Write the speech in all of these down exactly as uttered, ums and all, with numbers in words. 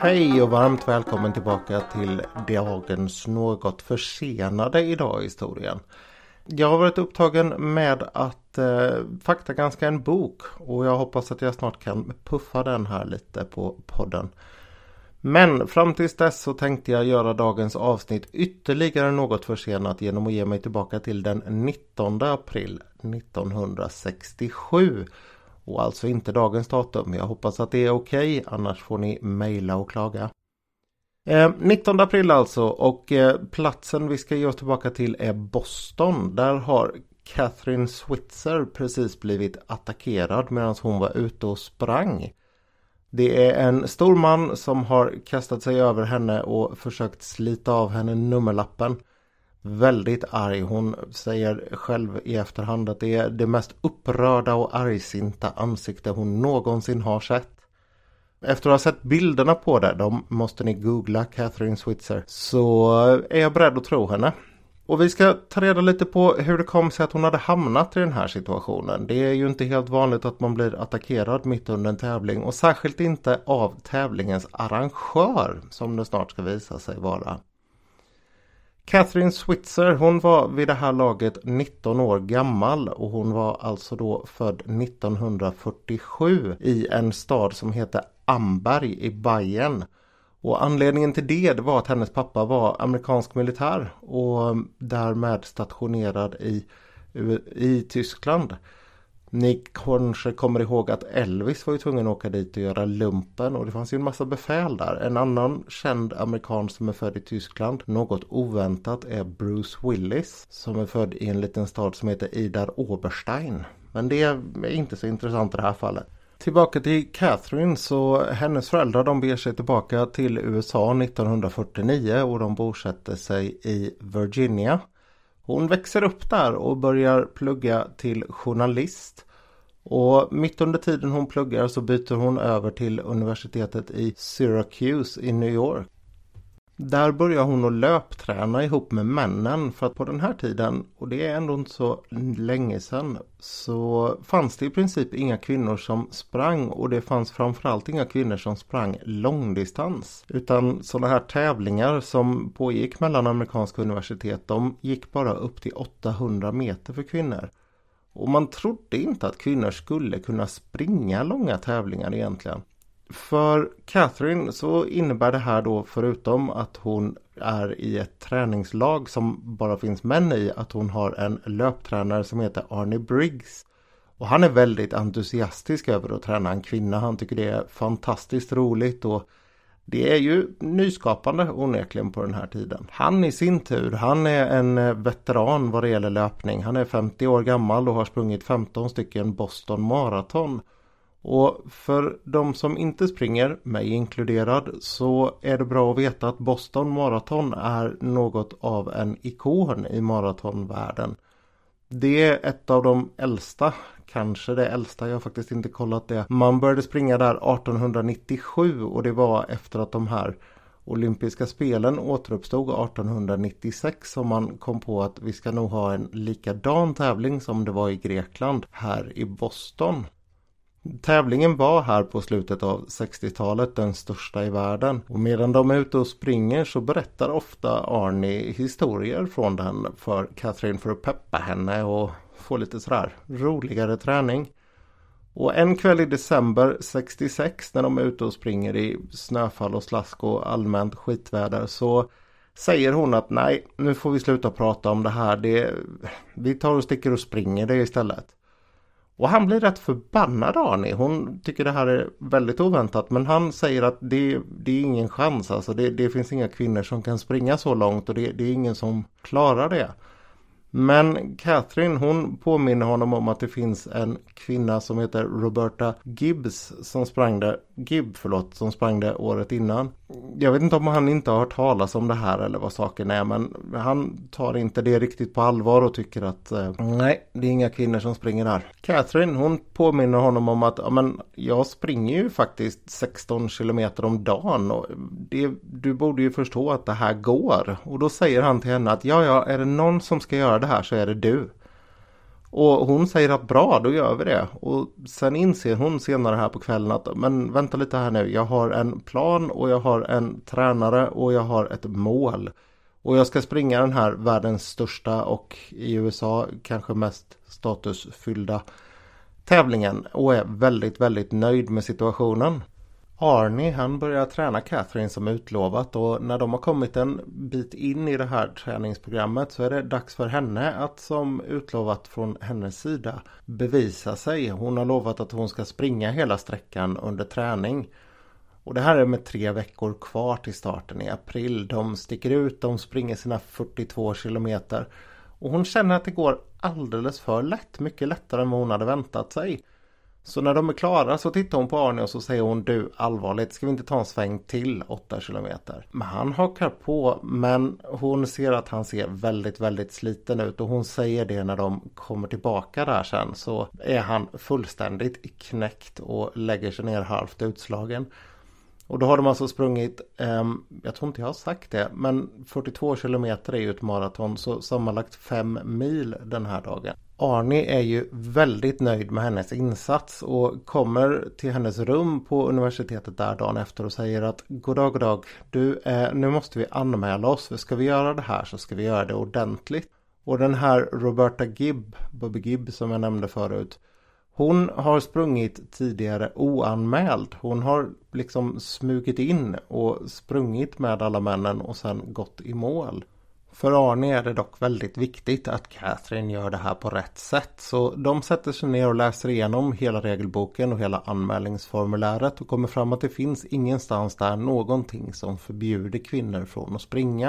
Hej och varmt välkommen tillbaka till dagens något försenade idag i historien. Jag har varit upptagen med att eh, faktagranska en bok och jag hoppas att jag snart kan puffa den här lite på podden. Men fram tills dess så tänkte jag göra dagens avsnitt ytterligare något försenat genom att ge mig tillbaka till den nittonde april nittonhundrasextiosju. Och alltså inte dagens datum. Jag hoppas att det är okej, annars får ni mejla och klaga. Eh, nittonde april alltså, och eh, platsen vi ska ge oss tillbaka till är Boston. Där har Catherine Switzer precis blivit attackerad medan hon var ute och sprang. Det är en stor man som har kastat sig över henne och försökt slita av henne nummerlappen. Väldigt arg. Hon säger själv i efterhand att det är det mest upprörda och argsinta ansikte hon någonsin har sett. Efter att ha sett bilderna på det, de måste ni googla Catherine Switzer, så är jag beredd att tro henne. Och vi ska ta reda lite på hur det kom sig att hon hade hamnat i den här situationen. Det är ju inte helt vanligt att man blir attackerad mitt under en tävling, och särskilt inte av tävlingens arrangör, som det snart ska visa sig vara. Catherine Switzer, hon var vid det här laget nitton år gammal och hon var alltså då född nittonhundrafyrtiosju i en stad som heter Amberg i Bayern. Och anledningen till det, det var att hennes pappa var amerikansk militär och därmed stationerad i, i Tyskland. Ni kanske kommer ihåg att Elvis var ju tvungen att åka dit och göra lumpen, och det fanns ju en massa befäl där. En annan känd amerikan som är född i Tyskland, något oväntat, är Bruce Willis, som är född i en liten stad som heter Idar Oberstein. Men det är inte så intressant i det här fallet. Tillbaka till Catherine, så hennes föräldrar de beger sig tillbaka till U S A nittonhundrafyrtionio och de bosätter sig i Virginia. Hon växer upp där och börjar plugga till journalist. Och mitt under tiden hon pluggar så byter hon över till universitetet i Syracuse i New York. Där börjar hon att löpträna ihop med männen, för att på den här tiden, och det är ändå inte så länge sedan, så fanns det i princip inga kvinnor som sprang, och det fanns framförallt inga kvinnor som sprang långdistans. Utan sådana här tävlingar som pågick mellan amerikanska universitet, de gick bara upp till åttahundra meter för kvinnor. Och man trodde inte att kvinnor skulle kunna springa långa tävlingar egentligen. För Catherine så innebär det här då, förutom att hon är i ett träningslag som bara finns män i, att hon har en löptränare som heter Arnie Briggs. Och han är väldigt entusiastisk över att träna en kvinna. Han tycker det är fantastiskt roligt, och det är ju nyskapande onekligen på den här tiden. Han i sin tur, han är en veteran vad det gäller löpning. Han är femtio år gammal och har sprungit femton stycken Boston Marathon. Och för de som inte springer, mig inkluderad, så är det bra att veta att Boston Marathon är något av en ikon i maratonvärlden. Det är ett av de äldsta, kanske det äldsta, jag har faktiskt inte kollat det. Man började springa där artonhundranittiosju, och det var efter att de här olympiska spelen återuppstod artonhundranittiosex som man kom på att vi ska nog ha en likadan tävling som det var i Grekland här i Boston. Tävlingen var här på slutet av sextiotalet den största i världen, och medan de är ute och springer så berättar ofta Arnie historier från den för Catherine för att peppa henne och få lite sådär roligare träning. Och en kväll i december sextiosex när de är ute och springer i snöfall och slask och allmänt skitväder, så säger hon att nej, nu får vi sluta prata om det här, det, vi tar och sticker och springer det istället. Och han blir rätt förbannad, Arnie. Hon tycker det här är väldigt oväntat. Men han säger att det, det är ingen chans. Alltså det, det finns inga kvinnor som kan springa så långt. Och det, det är ingen som klarar det. Men Catherine, hon påminner honom om att det finns en kvinna som heter Roberta Gibbs som sprang det, Gibb, förlåt, som sprang det året innan. Jag vet inte om han inte har hört talas om det här eller vad saken är, men han tar inte det riktigt på allvar och tycker att eh, nej, det är inga kvinnor som springer där. Catherine, hon påminner honom om att ja, men jag springer ju faktiskt sexton kilometer om dagen, och det, du borde ju förstå att det här går. Och då säger han till henne att ja, ja, är det någon som ska göra det här så är det du. Och hon säger att bra, då gör vi det. Och sen inser hon senare här på kvällen att men vänta lite här nu. Jag har en plan och jag har en tränare och jag har ett mål. Och jag ska springa den här världens största och i U S A kanske mest statusfyllda tävlingen. Och är väldigt, väldigt nöjd med situationen. Arnie han börjar träna Catherine som utlovat och när de har kommit en bit in i det här träningsprogrammet så är det dags för henne att som utlovat från hennes sida bevisa sig. Hon har lovat att hon ska springa hela sträckan under träning. Och det här är med tre veckor kvar till starten i april. De sticker ut, de springer sina fyrtiotvå kilometer och hon känner att det går alldeles för lätt, mycket lättare än vad hon hade väntat sig. Så när de är klara så tittar hon på Arnie och så säger hon du allvarligt ska vi inte ta en sväng till åtta kilometer. Men han hakar på men hon ser att han ser väldigt väldigt sliten ut och hon säger det när de kommer tillbaka där sen så är han fullständigt knäckt och lägger sig ner halvt utslagen. Och då har de alltså sprungit, eh, jag tror inte jag har sagt det, men fyrtiotvå kilometer är ju ett maraton så sammanlagt fem mil den här dagen. Arnie är ju väldigt nöjd med hennes insats och kommer till hennes rum på universitetet där dagen efter och säger att goddag, goddag, du, eh, nu måste vi anmäla oss, för ska vi göra det här så ska vi göra det ordentligt. Och den här Roberta Gibb, Bobby Gibb som jag nämnde förut, hon har sprungit tidigare oanmäld. Hon har liksom smugit in och sprungit med alla männen och sen gått i mål. För Arnie är det dock väldigt viktigt att Catherine gör det här på rätt sätt. Så de sätter sig ner och läser igenom hela regelboken och hela anmälningsformuläret och kommer fram att det finns ingenstans där någonting som förbjuder kvinnor från att springa.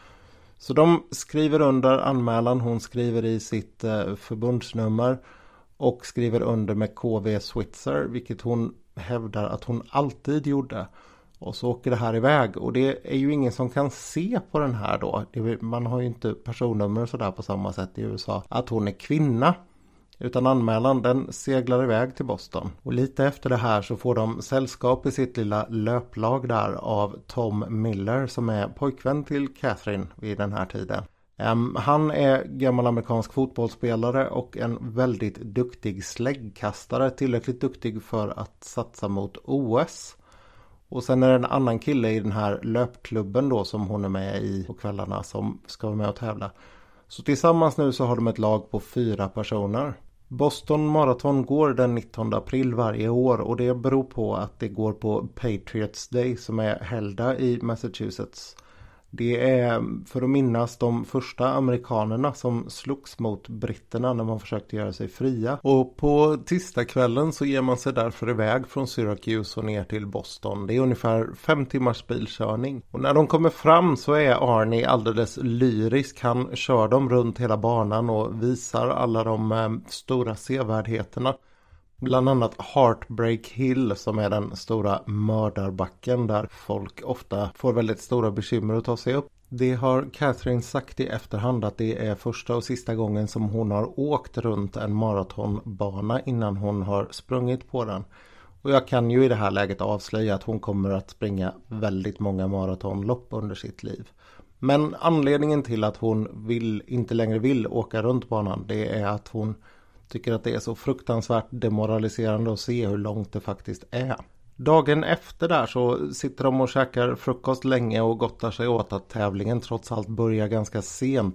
Så de skriver under anmälan, hon skriver i sitt förbundsnummer och skriver under med K V Switzer, vilket hon hävdar att hon alltid gjorde. Och så åker det här iväg och det är ju ingen som kan se på den här då. Man har ju inte personnummer sådär på samma sätt i U S A att hon är kvinna. Utan anmälan den seglar iväg till Boston. Och lite efter det här så får de sällskap i sitt lilla löplag där av Tom Miller som är pojkvän till Catherine vid den här tiden. Um, han är gammal amerikansk fotbollsspelare och en väldigt duktig släggkastare. Tillräckligt duktig för att satsa mot O S. Och sen är det en annan kille i den här löpklubben då som hon är med i på kvällarna som ska vara med och tävla. Så tillsammans nu så har de ett lag på fyra personer. Boston Marathon går den nittonde april varje år och det beror på att det går på Patriots Day som är helgdag i Massachusetts. Det är för att minnas de första amerikanerna som slogs mot britterna när man försökte göra sig fria. Och på tisdagskvällen så ger man sig därför iväg från Syracuse och ner till Boston. Det är ungefär fem timmars bilkörning. Och när de kommer fram så är Arnie alldeles lyrisk. Han kör dem runt hela banan och visar alla de eh, stora sevärdheterna. Bland annat Heartbreak Hill som är den stora mördarbacken där folk ofta får väldigt stora bekymmer att ta sig upp. Det har Catherine sagt i efterhand att det är första och sista gången som hon har åkt runt en maratonbana innan hon har sprungit på den. Och jag kan ju i det här läget avslöja att hon kommer att springa väldigt många maratonlopp under sitt liv. Men anledningen till att hon vill, inte längre vill åka runt banan det är att hon tycker att det är så fruktansvärt demoraliserande att se hur långt det faktiskt är. Dagen efter där så sitter de och käkar frukost länge och gottar sig åt att tävlingen trots allt börjar ganska sent.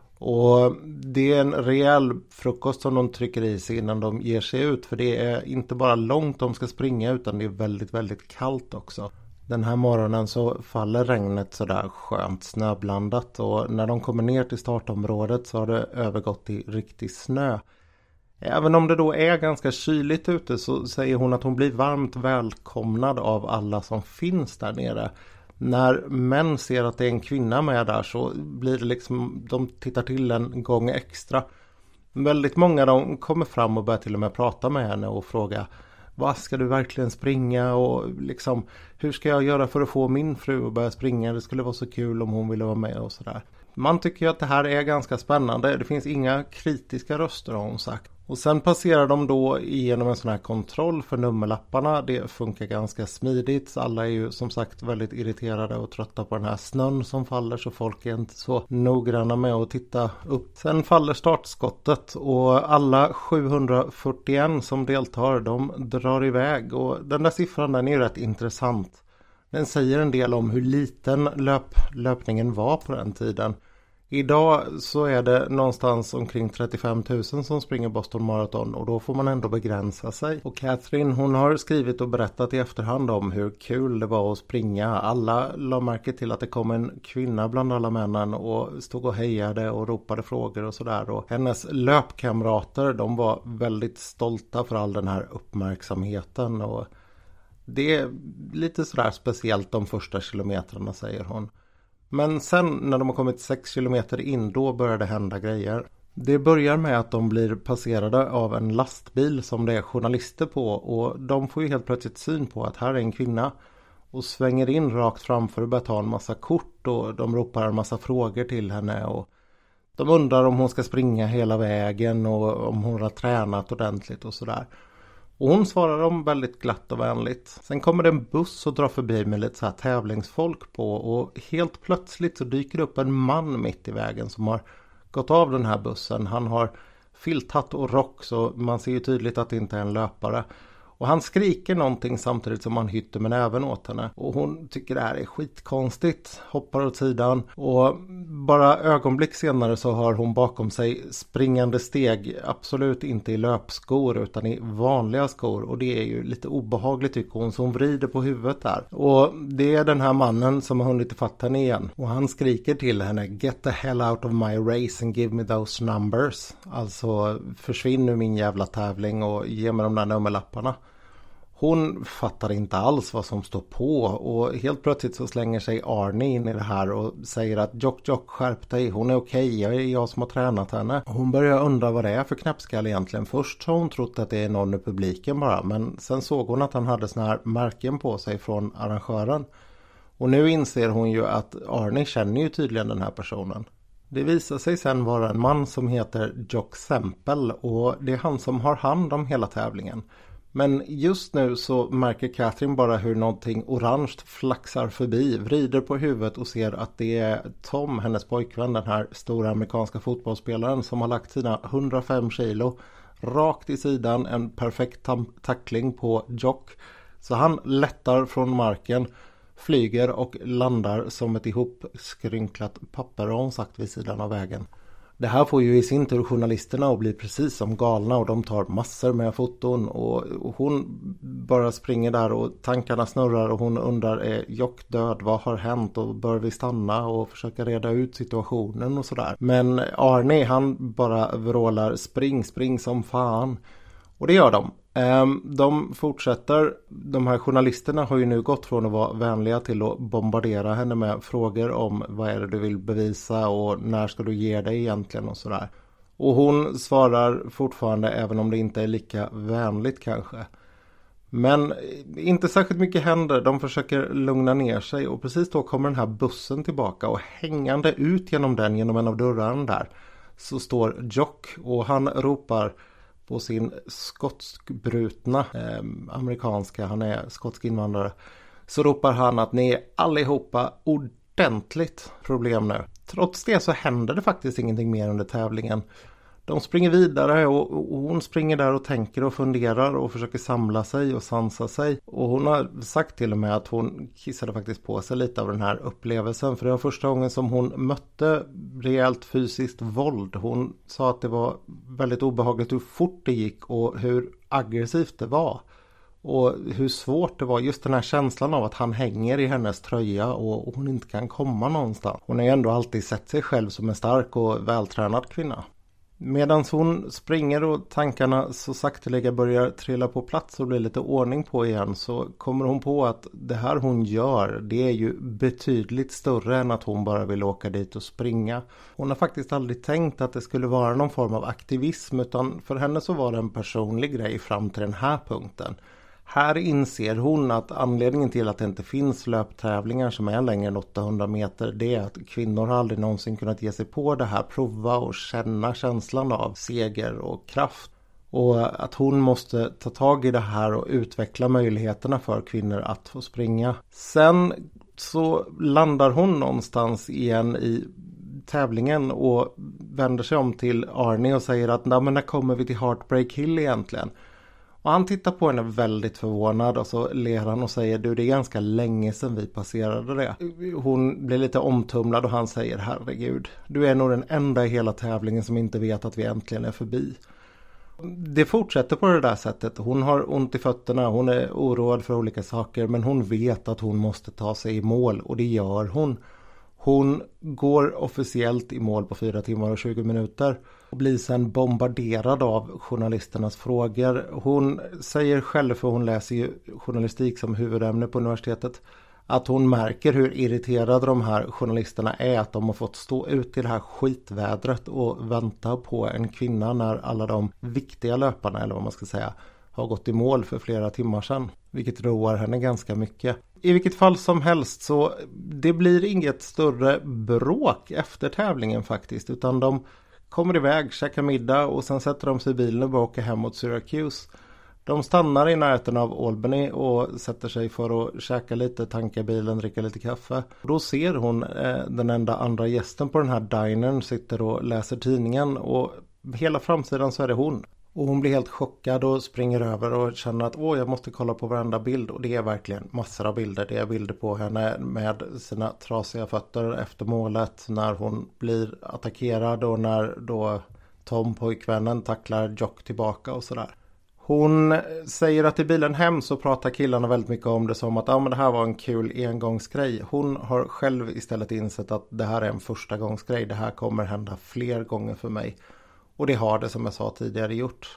Och det är en rejäl frukost som de trycker i sig innan de ger sig ut. För det är inte bara långt de ska springa utan det är väldigt, väldigt kallt också. Den här morgonen så faller regnet sådär skönt snöblandat. Och när de kommer ner till startområdet så har det övergått i riktig snö. Även om det då är ganska kyligt ute så säger hon att hon blir varmt välkomnad av alla som finns där nere. När män ser att det är en kvinna med där så blir det liksom, de tittar till en gång extra. Väldigt många de kommer fram och börjar till och med prata med henne och fråga: vad ska du verkligen springa och liksom hur ska jag göra för att få min fru att börja springa? Det skulle vara så kul om hon ville vara med och sådär. Man tycker ju att det här är ganska spännande. Det finns inga kritiska röster, har hon sagt. Och sen passerar de då igenom en sån här kontroll för nummerlapparna. Det funkar ganska smidigt. Så alla är ju som sagt väldigt irriterade och trötta på den här snön som faller. Så folk är inte så noggranna med att titta upp. Sen faller startskottet och alla sjuhundrafyrtioen som deltar, de drar iväg. Och den där siffran, den är ju rätt intressant. Den säger en del om hur liten löp, löpningen var på den tiden. Idag så är det någonstans omkring trettiofem tusen som springer Boston Marathon och då får man ändå begränsa sig. Och Catherine, hon har skrivit och berättat i efterhand om hur kul det var att springa. Alla la märke till att det kom en kvinna bland alla männen och stod och hejade och ropade frågor och sådär. Och hennes löpkamrater, de var väldigt stolta för all den här uppmärksamheten och det är lite sådär speciellt de första kilometrarna, säger hon. Men sen när de har kommit sex kilometer in, då börjar det hända grejer. Det börjar med att de blir passerade av en lastbil som det är journalister på. Och de får ju helt plötsligt syn på att här är en kvinna. Och svänger in rakt framför och börjar ta en massa kort. Och de ropar en massa frågor till henne. Och de undrar om hon ska springa hela vägen och om hon har tränat ordentligt och sådär. Och hon svarar dem väldigt glatt och vänligt. Sen kommer det en buss och drar förbi med lite så här tävlingsfolk på. Och helt plötsligt så dyker det upp en man mitt i vägen som har gått av den här bussen. Han har filthatt och rock så man ser ju tydligt att det inte är en löpare. Och han skriker någonting samtidigt som han hytter med näven åt henne. Och hon tycker det här är skitkonstigt. Hoppar åt sidan. Och bara ögonblick senare så har hon bakom sig springande steg. Absolut inte i löpskor utan i vanliga skor. Och det är ju lite obehagligt tycker hon. Så hon vrider på huvudet där. Och det är den här mannen som har hunnit fatta henne igen. Och han skriker till henne. Get the hell out of my race and give me those numbers. Alltså försvinn ur min jävla tävling och ge mig de där nummerlapparna. Hon fattar inte alls vad som står på och helt plötsligt så slänger sig Arnie in i det här och säger att Jock Jock skärp dig, hon är okej, jag är jag som har tränat henne. Hon börjar undra vad det är för knäppskall egentligen. Först har hon trott att det är någon i publiken bara, men sen såg hon att han hade såna här märken på sig från arrangören. Och nu inser hon ju att Arnie känner ju tydligen den här personen. Det visar sig sen vara en man som heter Jock Semple och det är han som har hand om hela tävlingen. Men just nu så märker Catherine bara hur någonting orange flaxar förbi, vrider på huvudet och ser att det är Tom, hennes pojkvän, den här stora amerikanska fotbollsspelaren som har lagt sina hundrafem kilo rakt i sidan, en perfekt tam- tackling på Jock. Så han lättar från marken, flyger och landar som ett ihopskrynklat papper har hon sagt vid sidan av vägen. Det här får ju i sin tur journalisterna att bli precis som galna och de tar massor med foton och, och hon bara springer där och tankarna snurrar och hon undrar är Jock död, vad har hänt och bör vi stanna och försöka reda ut situationen och sådär. Men Arnie han bara vrålar spring, spring som fan och det gör de. De fortsätter, de här journalisterna har ju nu gått från att vara vänliga till att bombardera henne med frågor om vad är det du vill bevisa och när ska du ge dig egentligen och sådär. Och hon svarar fortfarande även om det inte är lika vänligt kanske. Men inte särskilt mycket händer, de försöker lugna ner sig och precis då kommer den här bussen tillbaka och hängande ut genom den genom en av dörrarna där så står Jock och han ropar på sin skotskbrutna eh, amerikanska, han är skotsk invandrare, så ropar han att ni är allihopa ordentligt problem nu. Trots det så händer det faktiskt ingenting mer under tävlingen. De springer vidare och, och hon springer där och tänker och funderar och försöker samla sig och sansa sig. Och hon har sagt till och med att hon kissade faktiskt på sig lite av den här upplevelsen. För det var första gången som hon mötte rejält fysiskt våld. Hon sa att det var väldigt obehagligt hur fort det gick och hur aggressivt det var. Och hur svårt det var, just den här känslan av att han hänger i hennes tröja och, och hon inte kan komma någonstans. Hon har ju ändå alltid sett sig själv som en stark och vältränad kvinna. Medan hon springer och tankarna så sakteliga börjar trilla på plats och blir lite ordning på igen så kommer hon på att det här hon gör det är ju betydligt större än att hon bara vill åka dit och springa. Hon har faktiskt aldrig tänkt att det skulle vara någon form av aktivism utan för henne så var det en personlig grej fram till den här punkten. Här inser hon att anledningen till att det inte finns löptävlingar som är längre än åttahundra meter, det är att kvinnor har aldrig någonsin kunnat ge sig på det här, prova och känna känslan av seger och kraft. Och att hon måste ta tag i det här och utveckla möjligheterna för kvinnor att få springa. Sen så landar hon någonstans igen i tävlingen och vänder sig om till Arnie och säger att nej, men när kommer vi till Heartbreak Hill egentligen? Och han tittar på henne väldigt förvånad och så ler han och säger du, det är ganska länge sedan vi passerade det. Hon blir lite omtumlad och han säger herregud, du är nog den enda i hela tävlingen som inte vet att vi äntligen är förbi. Det fortsätter på det där sättet. Hon har ont i fötterna, hon är oroad för olika saker, men hon vet att hon måste ta sig i mål och det gör hon. Hon går officiellt i mål på fyra timmar och tjugo minuter och blir sedan bombarderad av journalisternas frågor. Hon säger själv, för hon läser ju journalistik som huvudämne på universitetet, att hon märker hur irriterade de här journalisterna är att de har fått stå ut i det här skitvädret och vänta på en kvinna när alla de viktiga löparna, eller vad man ska säga, har gått i mål för flera timmar sedan. Vilket roar henne ganska mycket. I vilket fall som helst så det blir inget större bråk efter tävlingen faktiskt. Utan de kommer iväg, käkar middag och sen sätter de sig i bilen och bara åker hem mot Syracuse. De stannar i närheten av Albany och sätter sig för att käka lite, tanka bilen, dricka lite kaffe. Då ser hon eh, den enda andra gästen på den här dinern sitter och läser tidningen och hela framsidan så är det hon. Och hon blir helt chockad och springer över och känner att åh, jag måste kolla på varenda bild. Och det är verkligen massor av bilder. Det är bilder på henne med sina trasiga fötter efter målet. När hon blir attackerad och när då Tom, pojkvännen, tacklar Jock tillbaka och sådär. Hon säger att i bilen hem så pratar killarna väldigt mycket om det som att ah, men det här var en kul engångsgrej. Hon har själv istället insett att det här är en första gångsgrej. Det här kommer hända fler gånger för mig. Och det har det, som jag sa tidigare, gjort.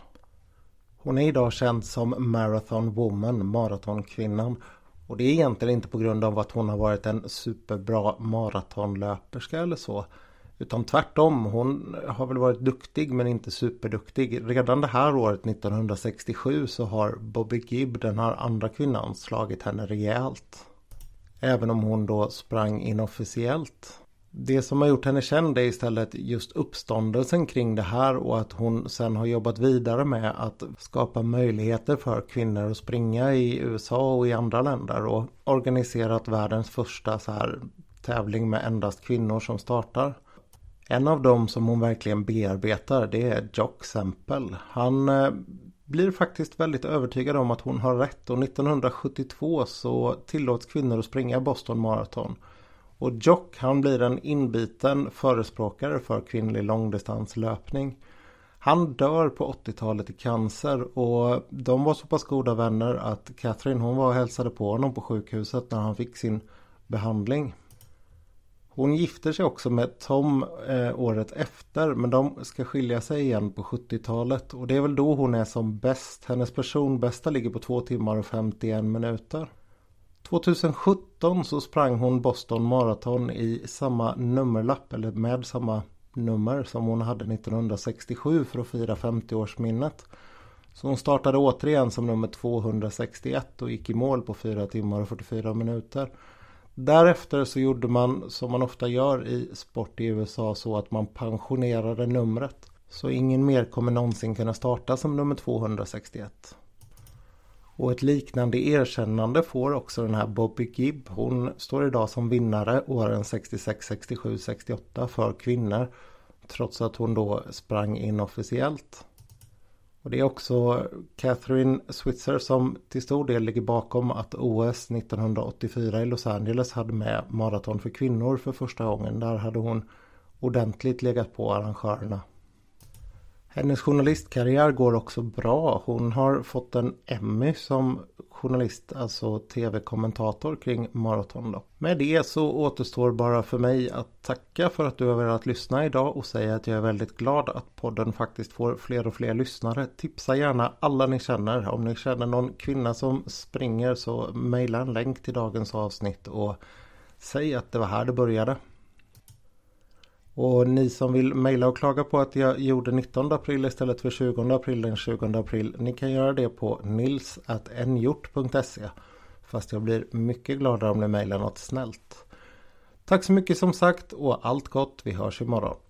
Hon är idag känd som Marathon Woman, maratonkvinnan. Och det är egentligen inte på grund av att hon har varit en superbra maratonlöperska eller så. Utan tvärtom, hon har väl varit duktig men inte superduktig. Redan det här året nittonhundrasextiosju så har Bobby Gibb, den här andra kvinnan, slagit henne rejält. Även om hon då sprang inofficiellt. Det som har gjort henne känd är istället just uppståndelsen kring det här och att hon sen har jobbat vidare med att skapa möjligheter för kvinnor att springa i U S A och i andra länder och organiserat världens första så här tävling med endast kvinnor som startar. En av dem som hon verkligen bearbetar, det är Jock Semple. Han eh, blir faktiskt väldigt övertygad om att hon har rätt och nittonhundrasjuttiotvå så tillåts kvinnor att springa Boston Marathon. Och Jock, han blir en inbiten förespråkare för kvinnlig långdistanslöpning. Han dör på åttiotalet i cancer och de var så pass goda vänner att Catherine, hon var och hälsade på honom på sjukhuset när han fick sin behandling. Hon gifter sig också med Tom eh, året efter, men de ska skilja sig igen på sjuttiotalet och det är väl då hon är som bäst. Hennes personbästa ligger på två timmar och femtioen minuter. tjugosjutton så sprang hon Boston Marathon i samma nummerlapp eller med samma nummer som hon hade nittonhundrasextiosju för att fira femtioårsminnet. Så hon startade återigen som nummer tvåhundrasextioett och gick i mål på fyra timmar och fyrtiofyra minuter. Därefter så gjorde man som man ofta gör i sport i U S A så att man pensionerade numret. Så ingen mer kommer någonsin kunna starta som nummer tvåhundrasextioett. Och ett liknande erkännande får också den här Bobby Gibb. Hon står idag som vinnare åren sextiosex, sextiosju, sextioåtta för kvinnor. Trots att hon då sprang inofficiellt. Och det är också Catherine Switzer som till stor del ligger bakom att O S nittonhundraåttiofyra i Los Angeles hade med maraton för kvinnor för första gången. Där hade hon ordentligt legat på arrangörerna. Hennes journalistkarriär går också bra. Hon har fått en Emmy som journalist, alltså tv-kommentator kring maraton då. Med det så återstår bara för mig att tacka för att du har velat lyssna idag och säga att jag är väldigt glad att podden faktiskt får fler och fler lyssnare. Tipsa gärna alla ni känner. Om ni känner någon kvinna som springer så mejla en länk till dagens avsnitt och säg att det var här det började. Och ni som vill mejla och klaga på att jag gjorde nittonde april istället för tjugonde april den tjugonde april. Ni kan göra det på nils at n hjort punkt se. Fast jag blir mycket gladare om ni mejlar något snällt. Tack så mycket som sagt och allt gott. Vi hörs imorgon.